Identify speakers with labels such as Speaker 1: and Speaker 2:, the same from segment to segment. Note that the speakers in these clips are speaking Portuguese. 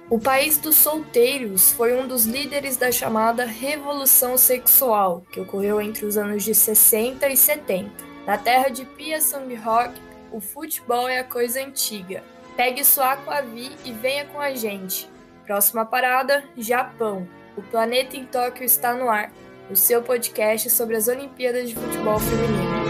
Speaker 1: O país dos solteiros foi um dos líderes da chamada Revolução Sexual, que ocorreu entre os anos de 60 e 70. Na terra de Pia Sundhok, o futebol é a coisa antiga. Pegue sua Aquavi e venha com a gente. Próxima parada, Japão. O Planeta em Tóquio está no ar. O seu podcast sobre as Olimpíadas de Futebol Feminino.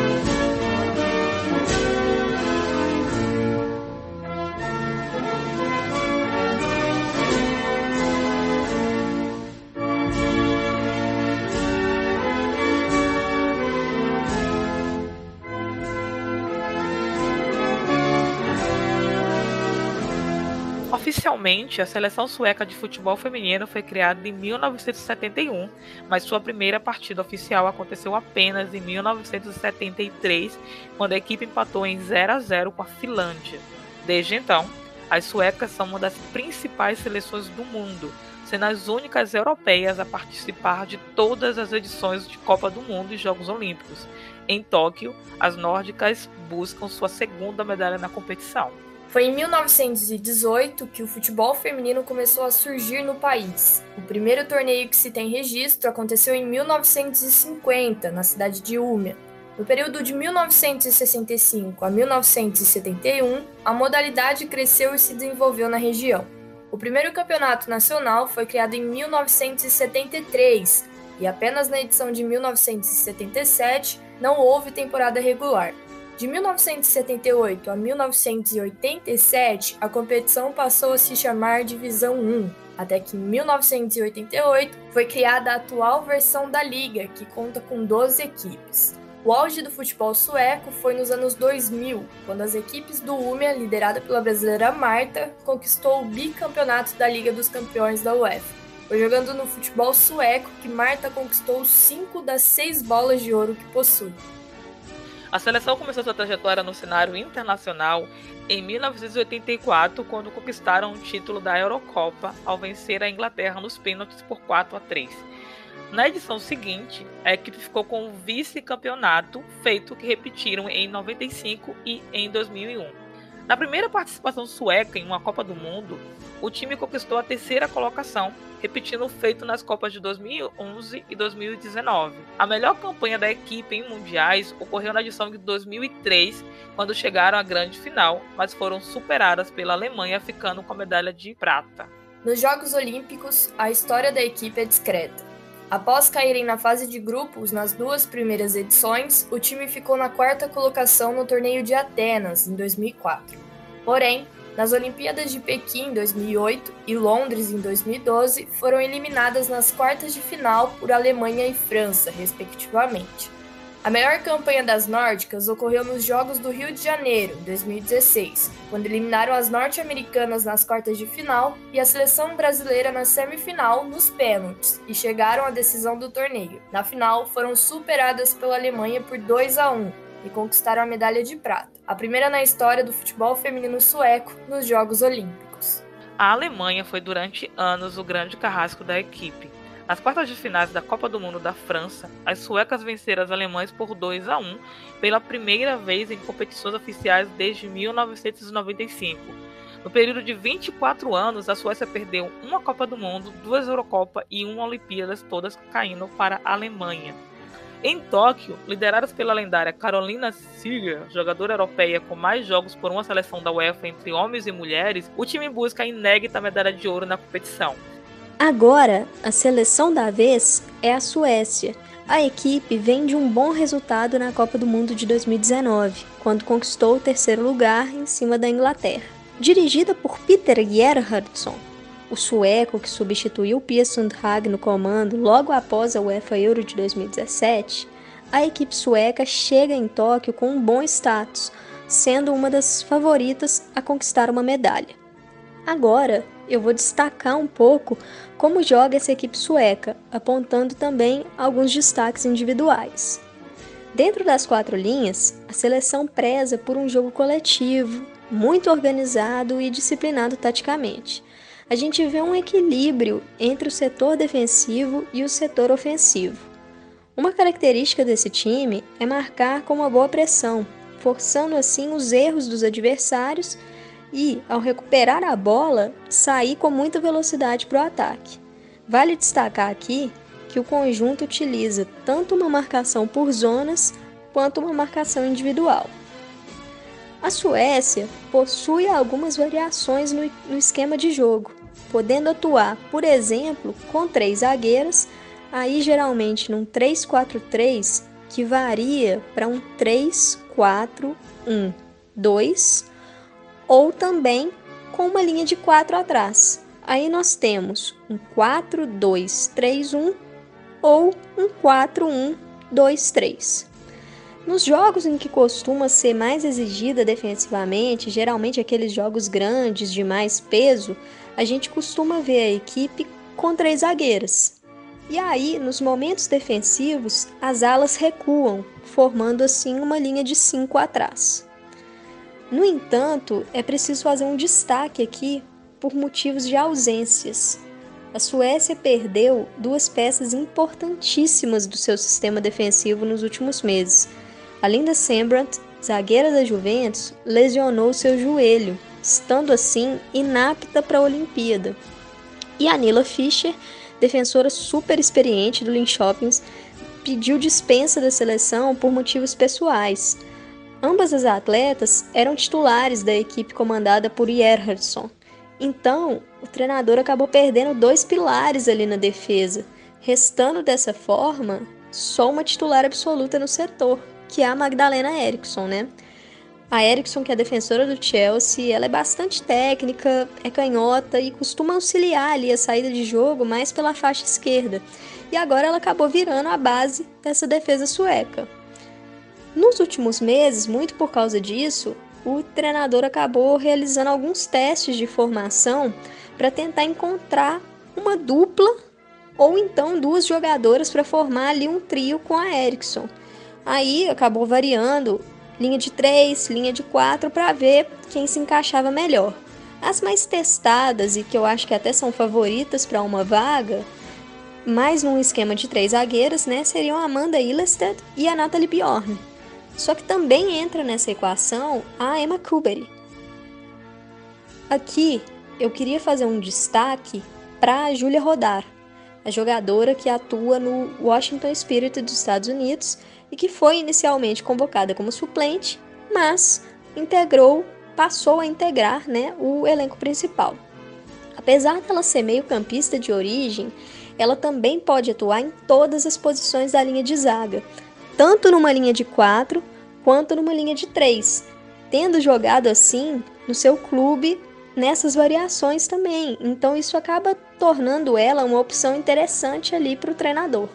Speaker 2: Oficialmente, a seleção sueca de futebol feminino foi criada em 1971, mas sua primeira partida oficial aconteceu apenas em 1973, quando a equipe empatou em 0-0 com a Finlândia. Desde então, as suecas são uma das principais seleções do mundo, sendo as únicas europeias a participar de todas as edições de Copa do Mundo e Jogos Olímpicos. Em Tóquio, as nórdicas buscam sua segunda medalha na competição.
Speaker 1: Foi em 1918 que o futebol feminino começou a surgir no país. O primeiro torneio que se tem registro aconteceu em 1950, na cidade de Umeå. No período de 1965 a 1971, a modalidade cresceu e se desenvolveu na região. O primeiro campeonato nacional foi criado em 1973 e apenas na edição de 1977 não houve temporada regular. De 1978 a 1987, a competição passou a se chamar Divisão 1, até que em 1988 foi criada a atual versão da liga, que conta com 12 equipes. O auge do futebol sueco foi nos anos 2000, quando as equipes do Umeå, liderada pela brasileira Marta, conquistou o bicampeonato da Liga dos Campeões da UEFA. Foi jogando no futebol sueco que Marta conquistou 5 das 6 bolas de ouro que possui.
Speaker 2: A seleção começou sua trajetória no cenário internacional em 1984, quando conquistaram o título da Eurocopa ao vencer a Inglaterra nos pênaltis por 4-3. Na edição seguinte, a equipe ficou com o vice-campeonato, feito que repetiram em 95 e em 2001. Na primeira participação sueca em uma Copa do Mundo, o time conquistou a terceira colocação, repetindo o feito nas Copas de 2011 e 2019. A melhor campanha da equipe em mundiais ocorreu na edição de 2003, quando chegaram à grande final, mas foram superadas pela Alemanha, ficando com a medalha de prata.
Speaker 1: Nos Jogos Olímpicos, a história da equipe é discreta. Após caírem na fase de grupos nas 2 primeiras edições, o time ficou na 4ª colocação no torneio de Atenas, em 2004. Porém, nas Olimpíadas de Pequim em 2008 e Londres em 2012, foram eliminadas nas quartas de final por Alemanha e França, respectivamente. A melhor campanha das nórdicas ocorreu nos Jogos do Rio de Janeiro, em 2016, quando eliminaram as norte-americanas nas quartas de final e a seleção brasileira na semifinal nos pênaltis, e chegaram à decisão do torneio. Na final, foram superadas pela Alemanha por 2-1 e conquistaram a medalha de prata, a primeira na história do futebol feminino sueco nos Jogos Olímpicos.
Speaker 2: A Alemanha foi durante anos o grande carrasco da equipe. Nas quartas de finais da Copa do Mundo da França, as suecas venceram as alemãs por 2-1 pela primeira vez em competições oficiais desde 1995. No período de 24 anos, a Suécia perdeu uma Copa do Mundo, 2 Eurocopa e 1 Olimpíadas, todas caindo para a Alemanha. Em Tóquio, lideradas pela lendária Carolina Seeger, jogadora europeia com mais jogos por uma seleção da UEFA entre homens e mulheres, o time busca a inédita medalha de ouro na competição.
Speaker 3: Agora, a seleção da vez é a Suécia. A equipe vem de um bom resultado na Copa do Mundo de 2019, quando conquistou o 3º lugar em cima da Inglaterra. Dirigida por Peter Gerhardsson, o sueco que substituiu Pia Sundhage no comando logo após a UEFA Euro de 2017, a equipe sueca chega em Tóquio com um bom status, sendo uma das favoritas a conquistar uma medalha. Agora, eu vou destacar um pouco como joga essa equipe sueca, apontando também alguns destaques individuais. Dentro das 4 linhas, a seleção preza por um jogo coletivo, muito organizado e disciplinado taticamente. A gente vê um equilíbrio entre o setor defensivo e o setor ofensivo. Uma característica desse time é marcar com uma boa pressão, forçando assim os erros dos adversários e, ao recuperar a bola, sair com muita velocidade para o ataque. Vale destacar aqui que o conjunto utiliza tanto uma marcação por zonas quanto uma marcação individual. A Suécia possui algumas variações no esquema de jogo, podendo atuar, por exemplo, com 3 zagueiras, aí geralmente num 3-4-3, que varia para um 3-4-1-2, ou também com uma linha de 4 atrás. Aí nós temos um 4-2-3-1 ou um 4-1-2-3. Nos jogos em que costuma ser mais exigida defensivamente, geralmente aqueles jogos grandes de mais peso, a gente costuma ver a equipe com 3 zagueiras. E aí, nos momentos defensivos, as alas recuam, formando assim uma linha de 5 atrás. No entanto, é preciso fazer um destaque aqui por motivos de ausências. A Suécia perdeu 2 peças importantíssimas do seu sistema defensivo nos últimos meses. A Linda Sembrant, zagueira da Juventus, lesionou seu joelho, estando assim inapta para a Olimpíada. E a Nila Fischer, defensora super experiente do Linköping, pediu dispensa da seleção por motivos pessoais. Ambas as atletas eram titulares da equipe comandada por Gerhardsson. Então, o treinador acabou perdendo 2 pilares ali na defesa, restando dessa forma só uma titular absoluta no setor, que é a Magdalena Eriksson, né? A Eriksson, que é defensora do Chelsea, ela é bastante técnica, é canhota e costuma auxiliar ali a saída de jogo mais pela faixa esquerda. E agora ela acabou virando a base dessa defesa sueca. Nos últimos meses, muito por causa disso, o treinador acabou realizando alguns testes de formação para tentar encontrar uma dupla ou então 2 jogadoras para formar ali um trio com a Eriksson. Aí acabou variando linha de 3, linha de 4 para ver quem se encaixava melhor. As mais testadas e que eu acho que até são favoritas para uma vaga, mais num esquema de 3 zagueiras, né, seriam a Amanda Ilestedt e a Natalie Bjorn. Só que também entra nessa equação a Emma Kuberi. Aqui eu queria fazer um destaque para a Julia Rodar, a jogadora que atua no Washington Spirit dos Estados Unidos e que foi inicialmente convocada como suplente, mas passou a integrar, né, o elenco principal. Apesar dela ser meio-campista de origem, ela também pode atuar em todas as posições da linha de zaga, tanto numa linha de 4 quanto numa linha de 3, tendo jogado assim no seu clube nessas variações também. Então isso acaba tornando ela uma opção interessante ali para o treinador.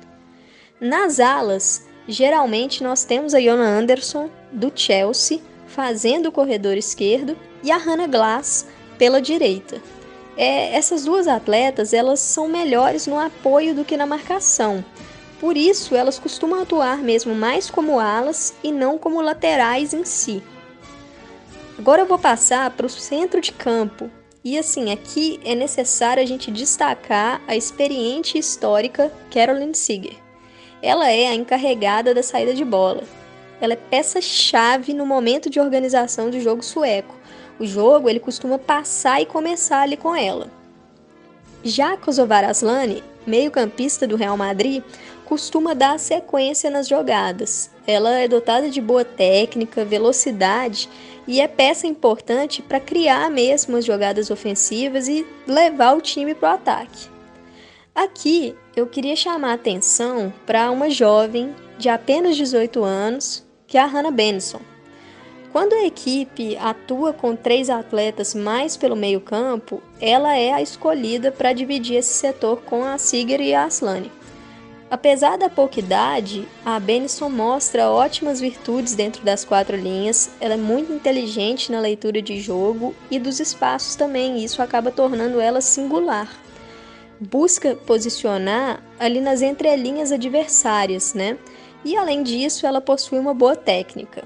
Speaker 3: Nas alas, geralmente nós temos a Jonna Andersson, do Chelsea, fazendo o corredor esquerdo, e a Hannah Glass pela direita. Essas 2 atletas, elas são melhores no apoio do que na marcação. Por isso, elas costumam atuar mesmo mais como alas e não como laterais em si. Agora eu vou passar para o centro de campo. E assim, aqui é necessário a gente destacar a experiente e histórica Caroline Seeger. Ela é a encarregada da saída de bola. Ela é peça-chave no momento de organização do jogo sueco. O jogo ele costuma passar e começar ali com ela. Já Kosovar Asllani, meio-campista do Real Madrid, costuma dar sequência nas jogadas. Ela é dotada de boa técnica, velocidade e é peça importante para criar mesmo as jogadas ofensivas e levar o time para o ataque. Aqui eu queria chamar a atenção para uma jovem de apenas 18 anos, que é a Hannah Benson. Quando a equipe atua com 3 atletas mais pelo meio campo, ela é a escolhida para dividir esse setor com a Seeger e a Asllani. Apesar da pouca idade, a Benson mostra ótimas virtudes dentro das 4 linhas, ela é muito inteligente na leitura de jogo e dos espaços também, e isso acaba tornando ela singular. Busca posicionar ali nas entrelinhas adversárias, né? E além disso, ela possui uma boa técnica.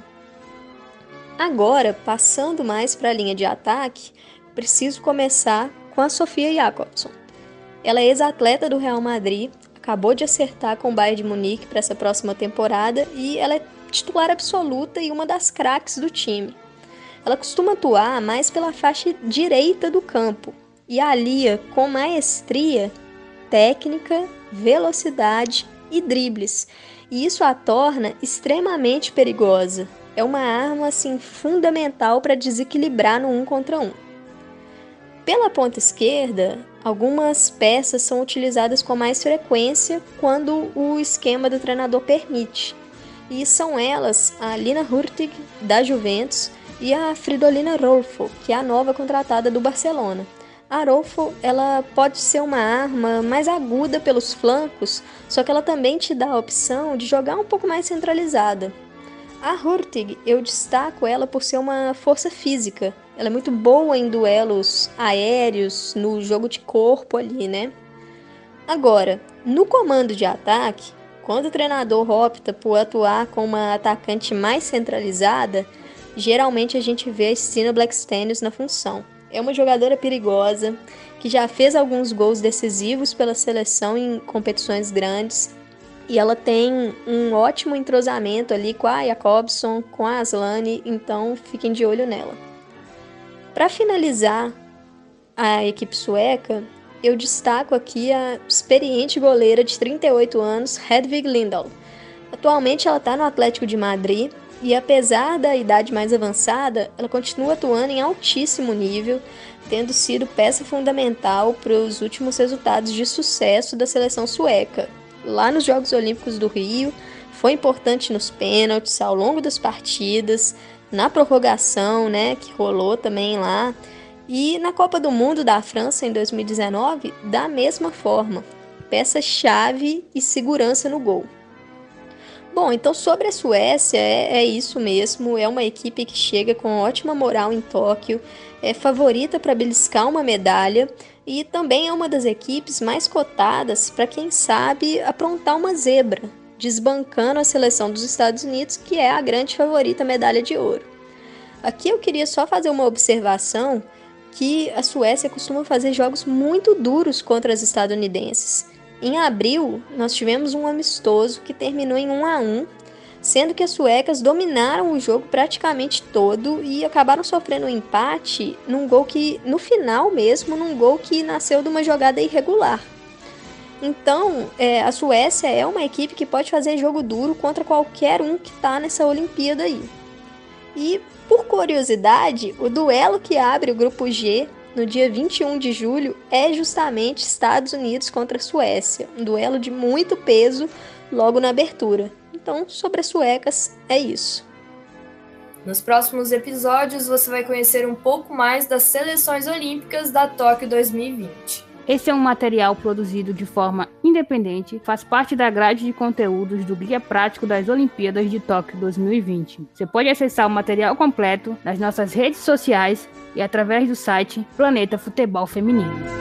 Speaker 3: Agora, passando mais para a linha de ataque, preciso começar com a Sofia Jakobsson. Ela é ex-atleta do Real Madrid, acabou de acertar com o Bayern de Munique para essa próxima temporada e ela é titular absoluta e uma das craques do time. Ela costuma atuar mais pela faixa direita do campo e alia com maestria técnica, velocidade e dribles. E isso a torna extremamente perigosa. É uma arma assim, fundamental para desequilibrar no 1 contra 1. Pela ponta esquerda, algumas peças são utilizadas com mais frequência quando o esquema do treinador permite. E são elas a Lina Hurtig, da Juventus, e a Fridolina Rolfo, que é a nova contratada do Barcelona. A Rolfo, ela pode ser uma arma mais aguda pelos flancos, só que ela também te dá a opção de jogar um pouco mais centralizada. A Hurtig, eu destaco ela por ser uma força física. Ela é muito boa em duelos aéreos, no jogo de corpo ali, né? Agora, no comando de ataque, quando o treinador opta por atuar com uma atacante mais centralizada, geralmente a gente vê a Stina Blackstenius na função. É uma jogadora perigosa, que já fez alguns gols decisivos pela seleção em competições grandes, e ela tem um ótimo entrosamento ali com a Jakobsson, com a Aslani, então fiquem de olho nela. Para finalizar a equipe sueca, eu destaco aqui a experiente goleira de 38 anos, Hedvig Lindahl. Atualmente ela está no Atlético de Madrid e, apesar da idade mais avançada, ela continua atuando em altíssimo nível, tendo sido peça fundamental para os últimos resultados de sucesso da seleção sueca. Lá nos Jogos Olímpicos do Rio, foi importante nos pênaltis, ao longo das partidas, na prorrogação, né, que rolou também lá, e na Copa do Mundo da França em 2019, da mesma forma, peça-chave e segurança no gol. Bom, então sobre a Suécia, é isso mesmo, é uma equipe que chega com ótima moral em Tóquio, é favorita para beliscar uma medalha e também é uma das equipes mais cotadas para quem sabe aprontar uma zebra, desbancando a seleção dos Estados Unidos, que é a grande favorita à medalha de ouro. Aqui eu queria só fazer uma observação que a Suécia costuma fazer jogos muito duros contra as estadunidenses. Em abril, nós tivemos um amistoso que terminou em 1-1, sendo que as suecas dominaram o jogo praticamente todo e acabaram sofrendo um empate num gol que, no final mesmo, num gol que nasceu de uma jogada irregular. Então, a Suécia é uma equipe que pode fazer jogo duro contra qualquer um que está nessa Olimpíada aí. E, por curiosidade, o duelo que abre o grupo G no dia 21 de julho é justamente Estados Unidos contra a Suécia, um duelo de muito peso logo na abertura. Então, sobre as suecas, é isso.
Speaker 1: Nos próximos episódios, você vai conhecer um pouco mais das seleções olímpicas da Tóquio 2020.
Speaker 4: Esse é um material produzido de forma independente, faz parte da grade de conteúdos do Guia Prático das Olimpíadas de Tóquio 2020. Você pode acessar o material completo nas nossas redes sociais e através do site Planeta Futebol Feminino.